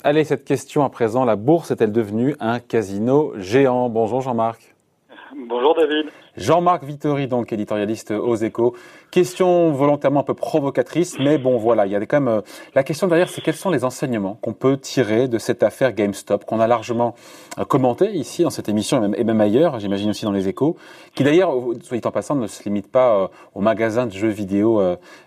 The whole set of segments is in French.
Allez, cette question à présent, la bourse est-elle devenue un casino géant? Bonjour Jean-Marc. Bonjour David. Jean-Marc Vittori, donc éditorialiste aux Échos. Question volontairement un peu provocatrice, mais bon voilà, il y a quand même la question derrière, c'est quels sont les enseignements qu'on peut tirer de cette affaire GameStop qu'on a largement commenté ici dans cette émission et même ailleurs, j'imagine aussi dans les Échos, qui d'ailleurs, soit dit en passant, ne se limite pas aux magasins de jeux vidéo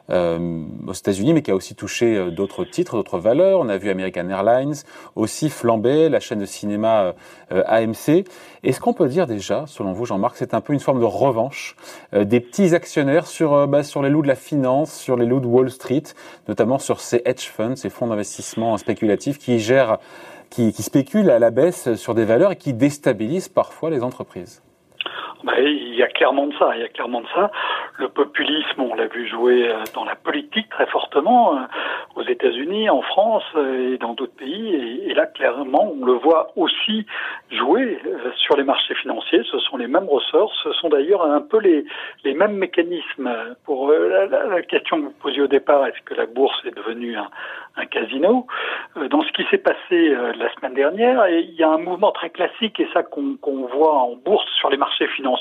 aux États-Unis, mais qui a aussi touché d'autres titres, d'autres valeurs. On a vu American Airlines aussi flamber, la chaîne de cinéma AMC. Est-ce qu'on peut dire déjà, selon vous Jean-Marc, c'est un peu une forme de revanche des petits actionnaires sur les loups de la finance, sur les loups de Wall Street, notamment sur ces hedge funds, ces fonds d'investissement spéculatifs qui spéculent à la baisse sur des valeurs et qui déstabilisent parfois les entreprises? Il y a clairement de ça. Le populisme, on l'a vu jouer dans la politique très fortement aux États-Unis, en France et dans d'autres pays. Et là, clairement, on le voit aussi jouer sur les marchés financiers. Ce sont les mêmes ressorts. Ce sont d'ailleurs un peu les mêmes mécanismes. Pour la question que vous posiez au départ, est-ce que la bourse est devenue un casino? Dans ce qui s'est passé la semaine dernière, il y a un mouvement très classique, et ça qu'on voit en bourse sur les marchés financiers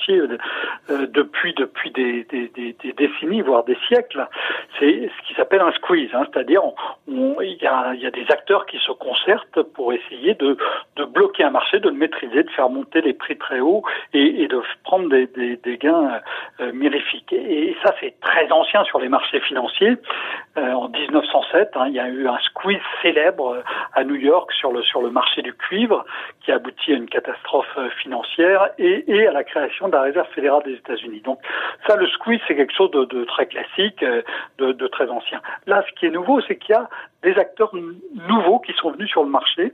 depuis des décennies, voire des siècles, c'est ce qui s'appelle un squeeze, c'est-à-dire il y a des acteurs qui se concertent pour essayer de bloquer un marché, de le maîtriser, de faire monter les prix très haut et de prendre des gains mirifiques. Et ça, c'est très ancien sur les marchés financiers. En 1907, il y a eu un squeeze célèbre à New York sur le marché du cuivre qui a abouti à une catastrophe financière et à la création de la Réserve fédérale des États-Unis. Donc ça, le squeeze, c'est quelque chose de très classique, de très ancien. Là, ce qui est nouveau, c'est qu'il y a des acteurs nouveaux qui sont venus sur le marché.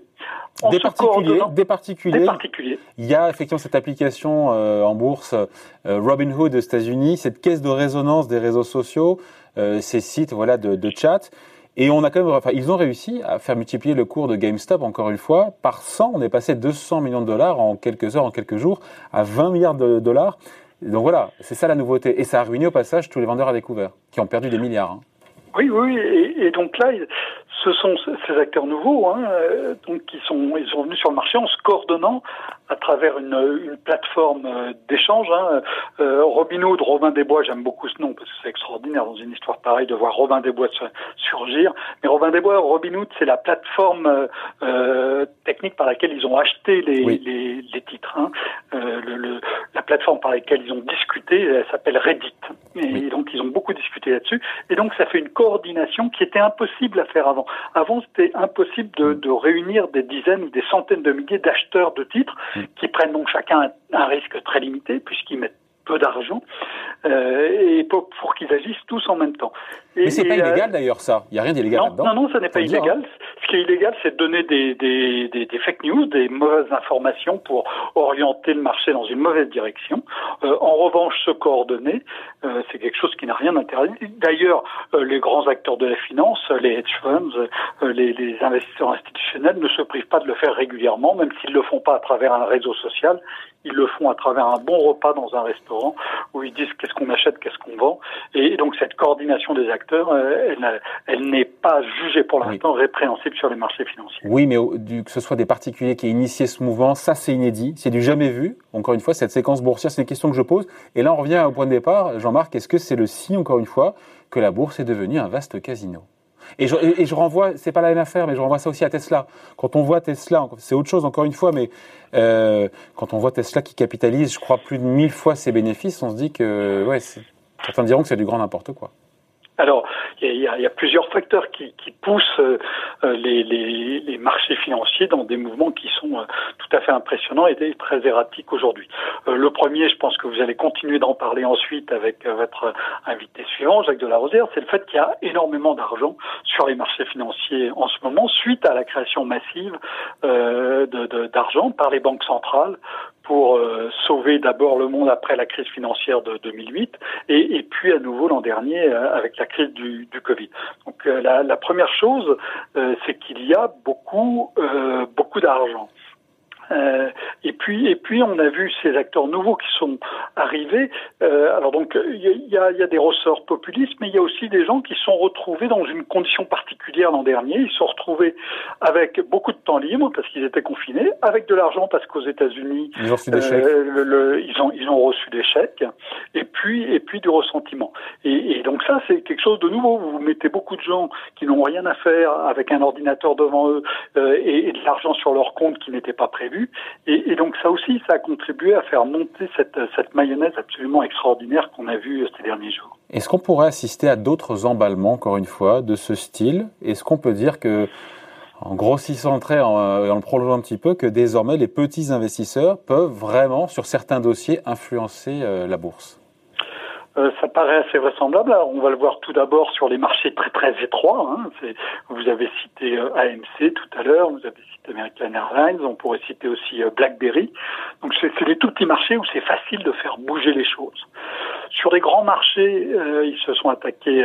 Des particuliers. Il y a effectivement cette application en bourse Robinhood aux États-Unis, cette caisse de résonance des réseaux sociaux, ces sites de chat. Et on a ils ont réussi à faire multiplier le cours de GameStop, encore une fois, par 100. On est passé de 200 millions de dollars en quelques heures, en quelques jours, à 20 milliards de dollars. Donc voilà, c'est ça la nouveauté. Et ça a ruiné au passage tous les vendeurs à découvert, qui ont perdu des milliards. Oui, et donc là, ce sont ces acteurs nouveaux, donc ils sont venus sur le marché en se coordonnant à travers une plateforme d'échange. Robinhood, Robin des Bois, j'aime beaucoup ce nom parce que c'est extraordinaire dans une histoire pareille de voir Robin des Bois surgir. Mais Robin des Bois, Robinhood, c'est la plateforme technique par laquelle ils ont acheté les titres. La plateforme par laquelle ils ont discuté, elle s'appelle Reddit. Et donc ils ont beaucoup discuté là-dessus. Et donc ça fait une coordination qui était impossible à faire avant. Avant, c'était impossible de réunir des dizaines ou des centaines de milliers d'acheteurs de titres qui prennent donc chacun un risque très limité puisqu'ils mettent peu d'argent et pour qu'ils agissent tous en même temps. Mais c'est pas illégal d'ailleurs ça. Il n'y a rien d'illégal là-dedans. Non, ça n'est pas illégal. Ce qui est illégal, c'est de donner des fake news, des mauvaises informations pour orienter le marché dans une mauvaise direction. En revanche, se coordonner, c'est quelque chose qui n'a rien d'interdit. D'ailleurs, les grands acteurs de la finance, les hedge funds, les investisseurs institutionnels ne se privent pas de le faire régulièrement, même s'ils le font pas à travers un réseau social. Ils le font à travers un bon repas dans un restaurant où ils disent qu'est-ce qu'on achète, qu'est-ce qu'on vend. Et donc cette coordination des acteurs, elle n'est pas jugée pour l'instant répréhensible sur les marchés financiers. Oui, mais que ce soit des particuliers qui aient initié ce mouvement, ça c'est inédit, c'est du jamais vu. Encore une fois, cette séquence boursière, c'est une question que je pose. Et là, on revient au point de départ. Jean-Marc, est-ce que c'est le signe, encore une fois, que la bourse est devenue un vaste casino ? Et je renvoie, c'est pas la même affaire, mais je renvoie ça aussi à Tesla. Quand on voit Tesla, c'est autre chose encore une fois, mais quand on voit Tesla qui capitalise, je crois, plus de 1000 fois ses bénéfices, on se dit que, certains diront que c'est du grand n'importe quoi. Alors, il y a plusieurs facteurs qui poussent les marchés financiers dans des mouvements qui sont tout à fait impressionnants et très erratiques aujourd'hui. Le premier, je pense que vous allez continuer d'en parler ensuite avec votre invité suivant, Jacques Delarosière, c'est le fait qu'il y a énormément d'argent sur les marchés financiers en ce moment, suite à la création massive d'argent par les banques centrales pour sauver d'abord le monde après la crise financière de 2008 et puis à nouveau l'an dernier avec la crise du Covid. Donc la première chose, c'est qu'il y a beaucoup d'argent. Et puis, on a vu ces acteurs nouveaux qui sont arrivés. Alors donc, il y a des ressorts populistes, mais il y a aussi des gens qui se sont retrouvés dans une condition particulière l'an dernier. Ils se sont retrouvés avec beaucoup de temps libre parce qu'ils étaient confinés, avec de l'argent parce qu'aux États-Unis, ils ont reçu des chèques. Ils ont reçu des chèques, et puis du ressentiment. Et donc ça, c'est quelque chose de nouveau. Vous mettez beaucoup de gens qui n'ont rien à faire avec un ordinateur devant eux et de l'argent sur leur compte qui n'était pas prévu. Et donc ça aussi, ça a contribué à faire monter cette mayonnaise absolument extraordinaire qu'on a vue ces derniers jours. Est-ce qu'on pourrait assister à d'autres emballements, encore une fois, de ce style ? Est-ce qu'on peut dire que, en grossissant le trait et en le prolongeant un petit peu, que désormais les petits investisseurs peuvent vraiment, sur certains dossiers, influencer la bourse ? Ça paraît assez vraisemblable. Alors, on va le voir tout d'abord sur les marchés très très étroits. Vous avez cité AMC tout à l'heure, vous avez cité American Airlines, on pourrait citer aussi BlackBerry. Donc c'est des tout petits marchés où c'est facile de faire bouger les choses. Sur les grands marchés, ils se sont attaqués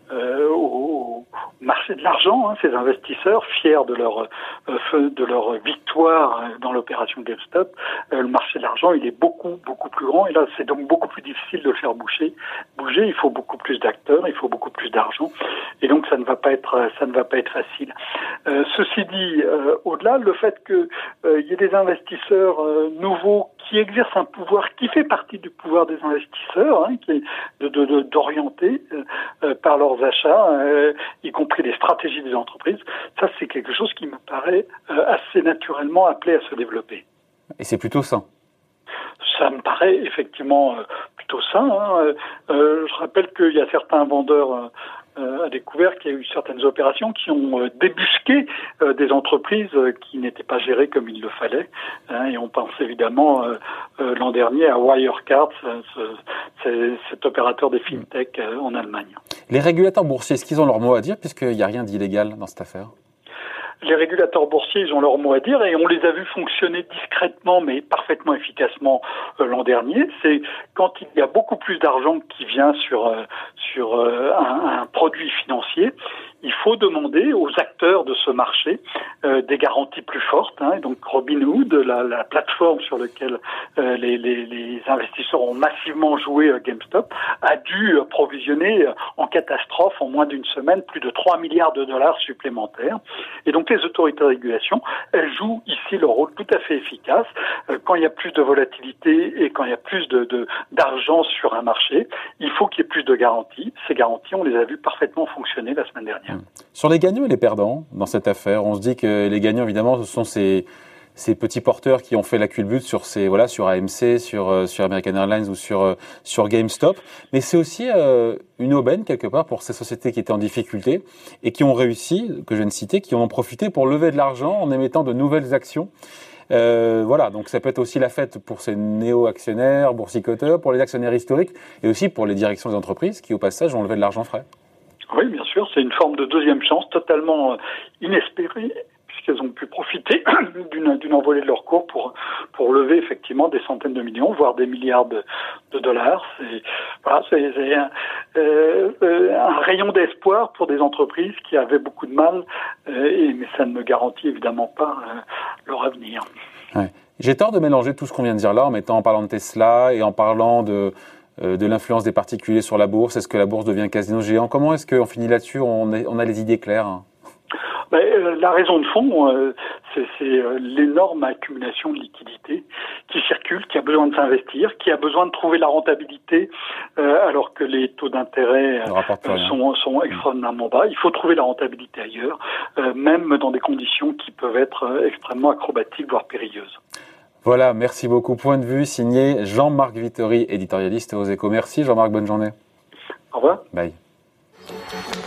au marché de l'argent, ces investisseurs fiers de leur victoire dans l'opération GameStop. Le marché de l'argent, il est beaucoup plus grand et là c'est donc beaucoup plus difficile de le faire bouger, il faut beaucoup plus d'acteurs, il faut beaucoup plus d'argent, et donc ça ne va pas être facile. Ceci dit, au-delà, le fait que y ait des investisseurs nouveaux qui exercent un pouvoir qui fait partie du pouvoir des investisseurs, qui est d'orienter par leurs achats, y compris les stratégies des entreprises, ça c'est quelque chose qui me paraît assez naturellement appelé à se développer. Et c'est plutôt sain. Ça me paraît effectivement plutôt sain. Je rappelle qu'il y a certains vendeurs à découvert qu'il y a eu certaines opérations qui ont débusqué des entreprises qui n'étaient pas gérées comme il le fallait. Et on pense évidemment l'an dernier à Wirecard, cet opérateur des fintech en Allemagne. Les régulateurs boursiers, est-ce qu'ils ont leur mot à dire puisqu'il n'y a rien d'illégal dans cette affaire ? Les régulateurs boursiers, ils ont leur mot à dire et on les a vus fonctionner discrètement mais parfaitement efficacement l'an dernier. C'est quand il y a beaucoup plus d'argent qui vient sur un produit financier, il faut demander aux acteurs de ce marché des garanties plus fortes. Et donc Robinhood, la plateforme sur laquelle les investisseurs ont massivement joué GameStop, a dû provisionner en catastrophe en moins d'une semaine plus de 3 milliards de dollars supplémentaires. Et donc les autorités de régulation, elles jouent ici leur rôle tout à fait efficace. Quand il y a plus de volatilité et quand il y a plus d'argent sur un marché, il faut qu'il y ait plus de garanties. Ces garanties, on les a vues parfaitement fonctionner la semaine dernière. Sur les gagnants et les perdants dans cette affaire, on se dit que les gagnants, évidemment, ce sont ces petits porteurs qui ont fait la culbute sur AMC, sur American Airlines ou sur GameStop. Mais c'est aussi une aubaine, quelque part, pour ces sociétés qui étaient en difficulté et qui ont réussi, que je viens de citer, qui en ont profité pour lever de l'argent en émettant de nouvelles actions. Donc ça peut être aussi la fête pour ces néo-actionnaires, boursicoteurs, pour les actionnaires historiques et aussi pour les directions des entreprises qui, au passage, ont levé de l'argent frais. Oui, bien sûr, c'est une forme de deuxième chance totalement inespérée, puisqu'elles ont pu profiter d'une envolée de leur cours pour lever effectivement des centaines de millions, voire des milliards de dollars. C'est un rayon d'espoir pour des entreprises qui avaient beaucoup de mal, mais ça ne garantit évidemment pas leur avenir. Ouais. J'ai tort de mélanger tout ce qu'on vient de dire là en parlant de Tesla et en parlant de l'influence des particuliers sur la bourse. Est-ce que la bourse devient un casino géant ? Comment est-ce qu'on finit là-dessus ? On a les idées claires. La raison de fond, c'est l'énorme accumulation de liquidités qui circule, qui a besoin de s'investir, qui a besoin de trouver la rentabilité alors que les taux d'intérêt sont extrêmement bas. Il faut trouver la rentabilité ailleurs, même dans des conditions qui peuvent être extrêmement acrobatiques, voire périlleuses. Voilà, merci beaucoup. Point de vue signé Jean-Marc Vittori, éditorialiste aux Échos. Merci Jean-Marc, bonne journée. Au revoir. Bye.